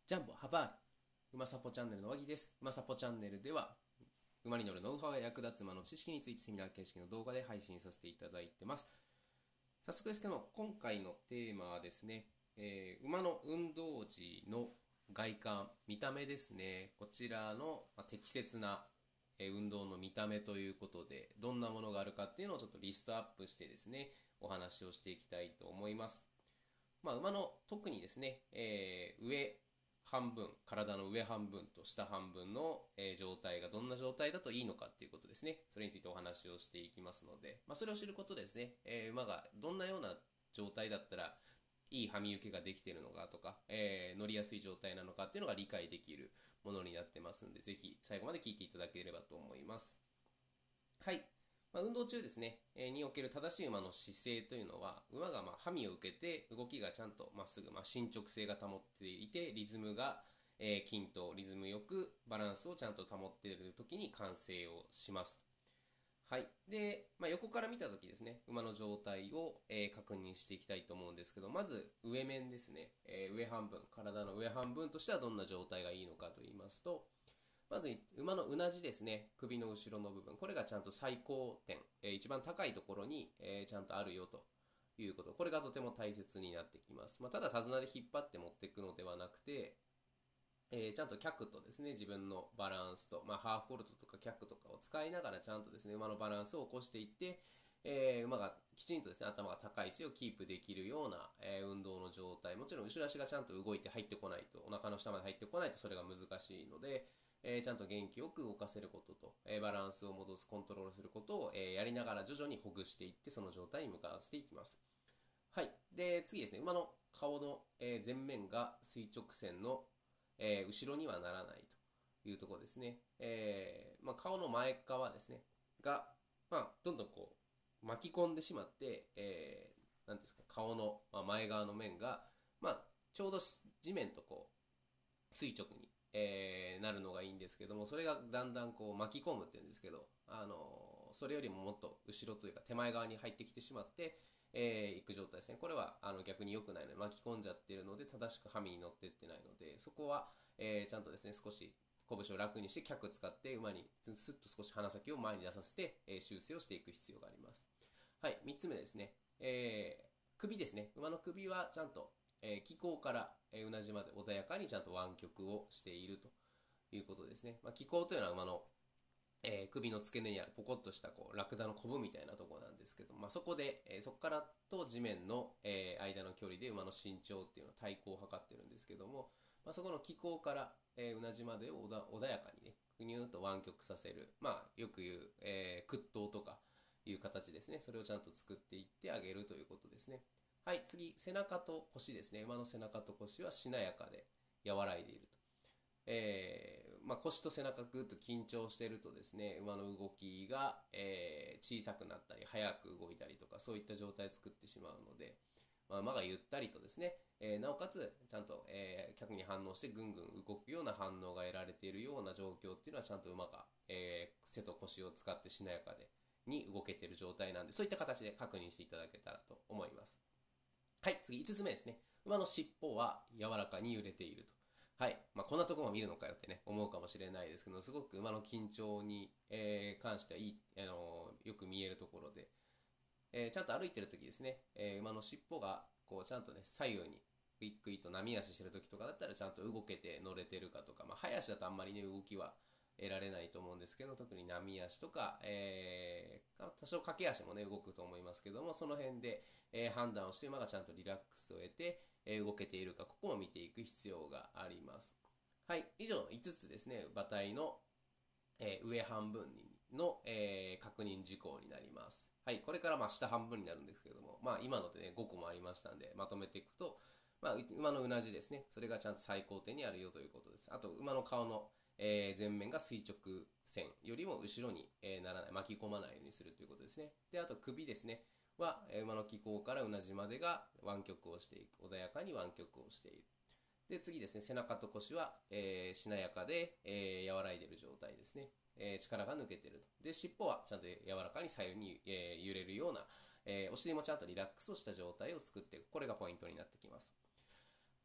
ジャンボハバール馬サポチャンネルの和木です。馬サポチャンネルでは馬に乗るノウハウや役立つ馬の知識についてセミナー形式の動画で配信させていただいてます。早速ですけども、今回のテーマはですね、馬の運動時の外観、見た目ですね。こちらの適切な運動の見た目ということで、どんなものがあるかっていうのをちょっとリストアップしてですね、お話をしていきたいと思います。馬の特にですね、上半分、体の上半分と下半分の、状態がどんな状態だといいのかっていうことですね。それについてお話をしていきますので、それを知ることでですね、馬がどんなような状態だったらいいはみ受けができているのかとか、乗りやすい状態なのかっていうのが理解できるものになってますんで、ぜひ最後まで聞いていただければと思います。はい。運動中ですね、における正しい馬の姿勢というのは、馬がハミを受けて動きがちゃんとまっすぐ、進捗性が保っていて、リズムが、均等、リズムよくバランスをちゃんと保っている時に完成をします。はい。で、横から見た時ですね、馬の状態を、確認していきたいと思うんですけど、まず上面ですね、上半分、体の上半分としてはどんな状態がいいのかと言いますと、まず馬のうなじですね、首の後ろの部分、これがちゃんと最高点、一番高いところに、ちゃんとあるよということ、これがとても大切になってきます。ただ手綱で引っ張って持っていくのではなくて、ちゃんと脚とですね、自分のバランスと、ハーフホールドとか脚とかを使いながらちゃんとですね、馬のバランスを起こしていって、馬がきちんとですね、頭が高い位置をキープできるような、運動の状態、もちろん後ろ足がちゃんと動いて入ってこないと、お腹の下まで入ってこないとそれが難しいので、ちゃんと元気よく動かせることと、バランスを戻す、コントロールすることを、やりながら徐々にほぐしていって、その状態に向かわせていきます。はい。で、次ですね、馬の顔の、前面が垂直線の、後ろにはならないというところですね。顔の前側ですね、が、どんどんこう、巻き込んでしまって、なんですか、顔の前側の面が、ちょうど地面とこう、垂直に、なるのがいいんですけども、それがだんだんこう巻き込むっていうんですけど、それよりももっと後ろというか手前側に入ってきてしまって、いく状態ですね。これは逆に良くないので、巻き込んじゃっているので、正しくハミに乗っていってないので、そこは、ちゃんとですね、少し拳を楽にして脚使って馬にスッと少し鼻先を前に出させて、修正をしていく必要があります。はい、3つ目ですね。首ですね。馬の首はちゃんと、気口から、うなじまで穏やかにちゃんと湾曲をしているということですね。気口というのは馬の、首の付け根にあるポコッとしたこうラクダのコブみたいなところなんですけど、そこで、そこからと地面の、間の距離で馬の身長っていうのを対抗を測ってるんですけども、そこの気口から、うなじまでを穏やかにね、ふにゅーっと湾曲させる、よく言う、屈頭とかいう形ですね。それをちゃんと作っていってあげるということですね。はい、次、背中と腰ですね。馬の背中と腰はしなやかで和らいでいると。腰と背中ぐっと緊張しているとですね、馬の動きが、小さくなったり、速く動いたりとか、そういった状態を作ってしまうので、馬がゆったりとですね、なおかつ、ちゃんと、客に反応してぐんぐん動くような反応が得られているような状況っていうのは、ちゃんと馬が、背と腰を使ってしなやかで、に動けている状態なんで、そういった形で確認していただけたらと思います。はい、次5つ目ですね。馬の尻尾は柔らかに揺れていると。はい。こんなところも見るのかよってね、思うかもしれないですけど、すごく馬の緊張に、関してはいい、よく見えるところで、ちゃんと歩いてる時ですね、馬の尻尾が、こう、ちゃんとね、左右に、クイックイと波足してる時とかだったら、ちゃんと動けて乗れてるかとか、早足だとあんまりね、動きは得られないと思うんですけど、特に波足とか、多少駆け足もね、動くと思いますけども、その辺で、判断をして馬がちゃんとリラックスを得て、動けているか、ここも見ていく必要があります。はい、以上5つですね、馬体の、上半分の、確認事項になります。はい、これから下半分になるんですけれども、今のでね、5個もありましたんで、まとめていくと、馬のうなじですね、それがちゃんと最高点にあるよということです。あと、馬の顔の、前面が垂直線よりも後ろに、ならない、巻き込まないようにするということですね。で、あと首ですね、は、馬の気口からうなじまでが湾曲をしていく、穏やかに湾曲をしている。で、次ですね、背中と腰は、しなやかで、和らいでいる状態ですね。力が抜けていると。で、尻尾はちゃんと柔らかに左右に、揺れるような、お尻もちゃんとリラックスをした状態を作っていく。これがポイントになってきます。はい。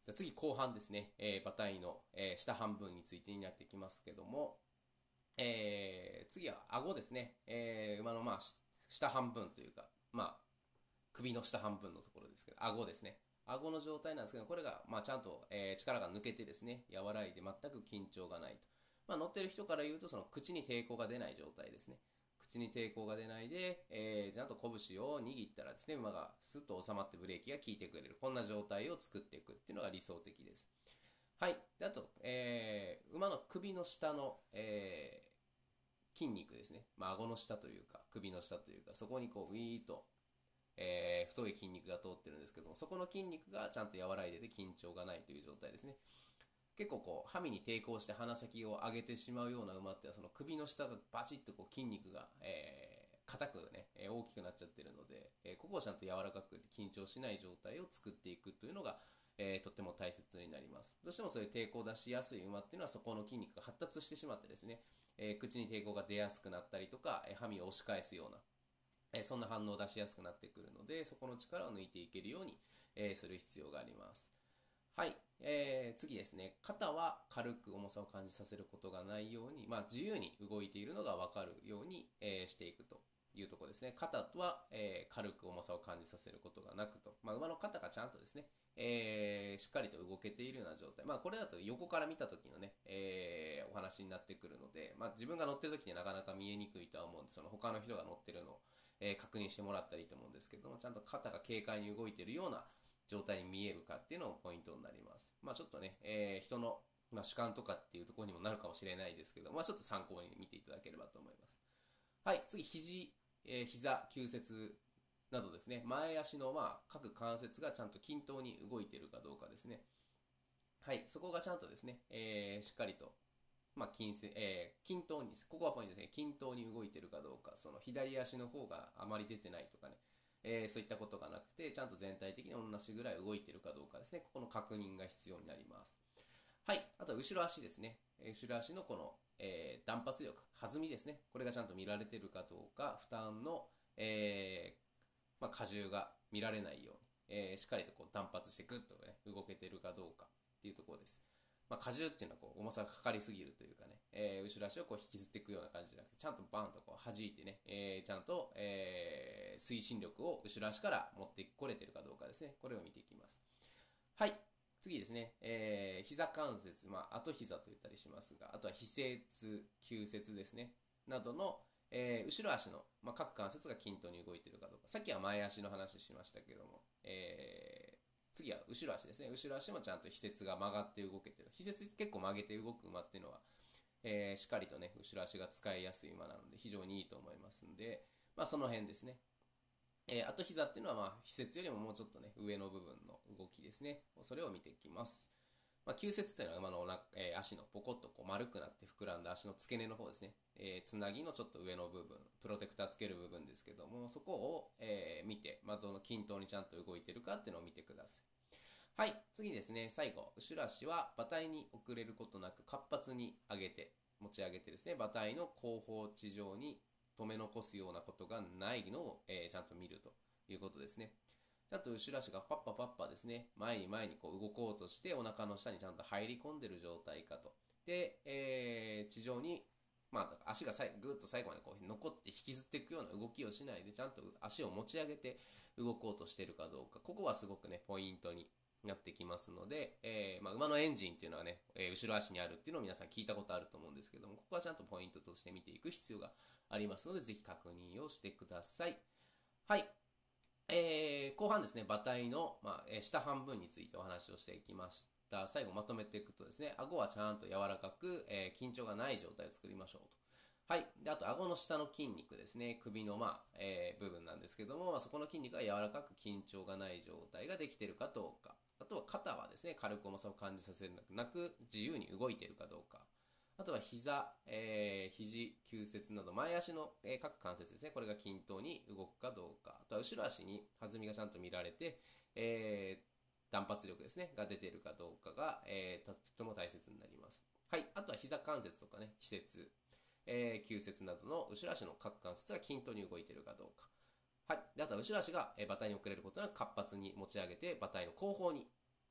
じゃあ次後半ですね、馬体の、下半分についてになってきますけども、次は顎ですね、馬の下半分というか、首の下半分のところですけど、顎ですね。顎の状態なんですけど、これがちゃんと、力が抜けてですね、和らいで全く緊張がないと。乗ってる人から言うと、その口に抵抗が出ない状態ですね。口に抵抗が出ないで、ちゃんと拳を握ったらですね、馬がスッと収まってブレーキが効いてくれる。こんな状態を作っていくっていうのが理想的です。はい。であと、馬の首の下の、筋肉ですね。顎の下というか、首の下というか、そこにこう、ウィーっと、太い筋肉が通ってるんですけども、そこの筋肉がちゃんと和らいでて緊張がないという状態ですね。結構こう、ハミに抵抗して鼻先を上げてしまうような馬っては、その首の下がバチッとこう筋肉が、硬くね、大きくなっちゃってるので、ここをちゃんと柔らかく緊張しない状態を作っていくというのが、とっても大切になります。どうしてもそういう抵抗を出しやすい馬っていうのはそこの筋肉が発達してしまってですね、口に抵抗が出やすくなったりとか、ハミを押し返すような、そんな反応を出しやすくなってくるので、そこの力を抜いていけるように、する必要があります。はい、次ですね。肩は軽く重さを感じさせることがないように、自由に動いているのが分かるように、していくというところですね。肩は、軽く重さを感じさせることがなくと。馬の肩がちゃんとですね、しっかりと動けているような状態。これだと横から見た時のね、お話になってくるので、自分が乗ってる時にはなかなか見えにくいとは思うんで、その他の人が乗ってるのを、確認してもらったらいいと思うんですけども、ちゃんと肩が軽快に動いているような状態に見えるかっていうのもポイントになります。ちょっとね、人の、主観とかっていうところにもなるかもしれないですけど、ちょっと参考に見ていただければと思います。はい、次、肘、膝、旧節などですね、前足の各関節がちゃんと均等に動いているかどうかですね。はい、そこがちゃんとですね、しっかりと均等にです。ここはポイントですね。均等に動いているかどうか。その左足の方があまり出てないとかね。そういったことがなくて、ちゃんと全体的に同じぐらい動いているかどうかですね。ここの確認が必要になります。はい。あとは後ろ足ですね。後ろ足のこの、断髪力、弾みですね。これがちゃんと見られているかどうか、負担の、荷重が見られないように、しっかりとこう断髪してグッとね、動けているかどうかっていうところです。荷重っていうのはこう重さがかかりすぎるというかね、後ろ足をこう引きずっていくような感じじゃなくて、ちゃんとバーンとこう弾いてね、ちゃんと、推進力を後ろ足から持ってこれてるかどうかですね。これを見ていきます。はい。次ですね、膝関節、後膝と言ったりしますが、あとは非節、旧節ですね、などの、後ろ足の、各関節が均等に動いているかどうか。さっきは前足の話しましたけども、次は後ろ足ですね。後ろ足もちゃんと非節が曲がって動けてる。非節結構曲げて動く馬っていうのは、しっかりとね、後ろ足が使いやすい馬なので非常にいいと思いますんで、その辺ですね。後膝っていうのは、非節よりももうちょっとね、上の部分の動きですね。それを見ていきます。旧節というのは馬の足のポコッとこう丸くなって膨らんだ足の付け根の方ですね。つなぎのちょっと上の部分、プロテクターつける部分ですけども、そこを、見て、どの均等にちゃんと動いてるかっていうのを見てください。はい、次ですね、最後、後ろ足は馬体に遅れることなく活発に持ち上げてですね、馬体の後方地上に留め残すようなことがないのを、ちゃんと見るということですね。ちゃんと後ろ足がパッパパッパですね、前にこう動こうとしてお腹の下にちゃんと入り込んでる状態かと。で、地上に、足がぐっと最後までこう残って引きずっていくような動きをしないで、ちゃんと足を持ち上げて動こうとしているかどうか。ここはすごくね、ポイントになってきますので、馬のエンジンっていうのはね、後ろ足にあるっていうのを皆さん聞いたことあると思うんですけども、ここはちゃんとポイントとして見ていく必要がありますので、ぜひ確認をしてください。はい。後半ですね、馬体の、下半分についてお話をしていきました。最後まとめていくとですね、顎はちゃんと柔らかく、緊張がない状態を作りましょうと。はい。で、あと、顎の下の筋肉ですね。首の、部分なんですけども、そこの筋肉が柔らかく緊張がない状態ができているかどうか。あとは肩はですね、軽く重さを感じさせなく、自由に動いているかどうか。あとは膝、肘、旧節など前足の、各関節ですね。これが均等に動くかどうか。あとは後ろ足に弾みがちゃんと見られて、断髪力ですね。が出ているかどうかが、とても大切になります。はい。あとは膝関節とかね、非節、旧節などの後ろ足の各関節が均等に動いているかどうか。はい。であとは後ろ足が馬体に遅れることなく活発に持ち上げて馬体の後方に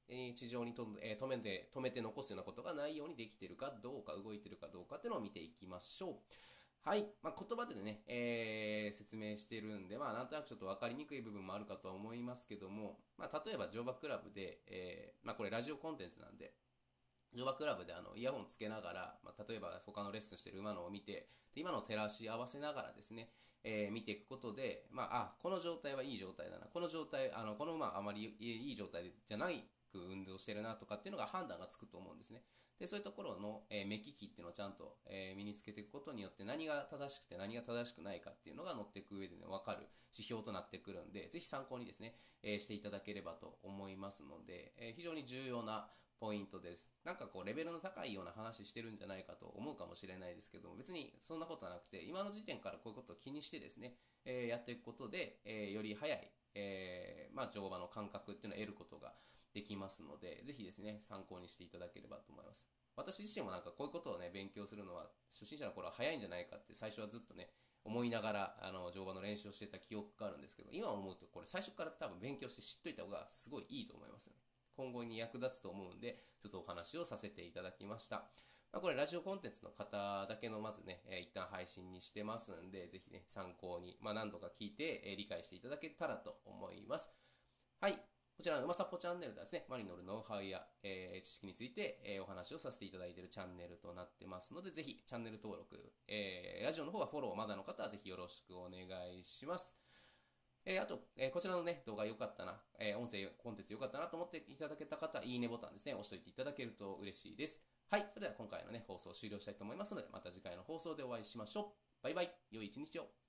地上に止めて残すようなことがないようにできているかどうか、動いているかどうかっていうのを見ていきましょう。はい。言葉でね、説明してるんで、なんとなくちょっと分かりにくい部分もあるかとは思いますけども、例えば乗馬クラブで、これラジオコンテンツなんで、乗馬クラブでイヤホンつけながら、例えば他のレッスンしてる馬のを見て、で今のを照らし合わせながらですね、見ていくことで、この状態はいい状態だな、この状態、この馬はあまりいい状態じゃないく運動してるなとかっていうのが判断がつくと思うんですね。で、そういうところの、目利きっていうのをちゃんと、身につけていくことによって何が正しくて何が正しくないかっていうのが乗っていく上でね、分かる指標となってくるんで、ぜひ参考にですね、していただければと思いますので、非常に重要なポイントです。なんかこうレベルの高いような話してるんじゃないかと思うかもしれないですけども、別にそんなことはなくて、今の時点からこういうことを気にしてですね、やっていくことで、より早い、乗馬の感覚っていうのを得ることができますので、ぜひですね、参考にしていただければと思います。私自身もなんかこういうことをね、勉強するのは、初心者の頃は早いんじゃないかって最初はずっとね、思いながら乗馬の練習をしていた記憶があるんですけど、今思うとこれ最初から多分勉強して知っといた方がすごいいいと思いますよね。今後に役立つと思うんで、ちょっとお話をさせていただきました。これラジオコンテンツの方だけのまずね、一旦配信にしてますんで、ぜひね、参考に、何度か聞いて、理解していただけたらと思います。はい。こちらの馬サポチャンネルではですね、馬に乗るノウハウや、知識について、お話をさせていただいているチャンネルとなってますので、ぜひチャンネル登録、ラジオの方はフォローまだの方はぜひよろしくお願いします。あと、こちらのね、動画良かったな、音声コンテンツ良かったなと思っていただけた方、いいねボタンですね、押しておいていただけると嬉しいです。はい、それでは今回のね、放送を終了したいと思いますので、また次回の放送でお会いしましょう。バイバイ、良い一日を。